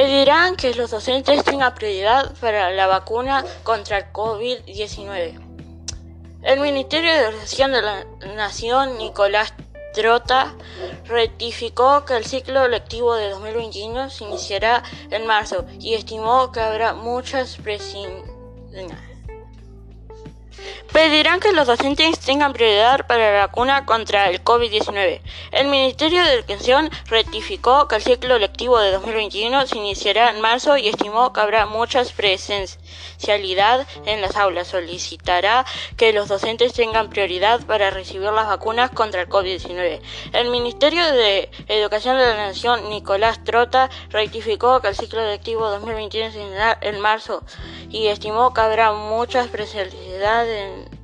Pedirán que los docentes tengan prioridad para la vacuna contra el COVID-19. El Ministerio de Educación de la Nación, Nicolás Trota, rectificó que el ciclo lectivo de 2021 se iniciará en marzo y estimó que habrá muchas Pedirán que los docentes tengan prioridad para la vacuna contra el COVID-19. El Ministerio de Educación rectificó que el ciclo lectivo de 2021 se iniciará en marzo y estimó que habrá mucha presencialidad en las aulas. Solicitará que los docentes tengan prioridad para recibir las vacunas contra el COVID-19. El Ministerio de Educación de la Nación, Nicolás Trota, rectificó que el ciclo lectivo 2021 se iniciará en marzo y estimó que habrá mucha presencialidad en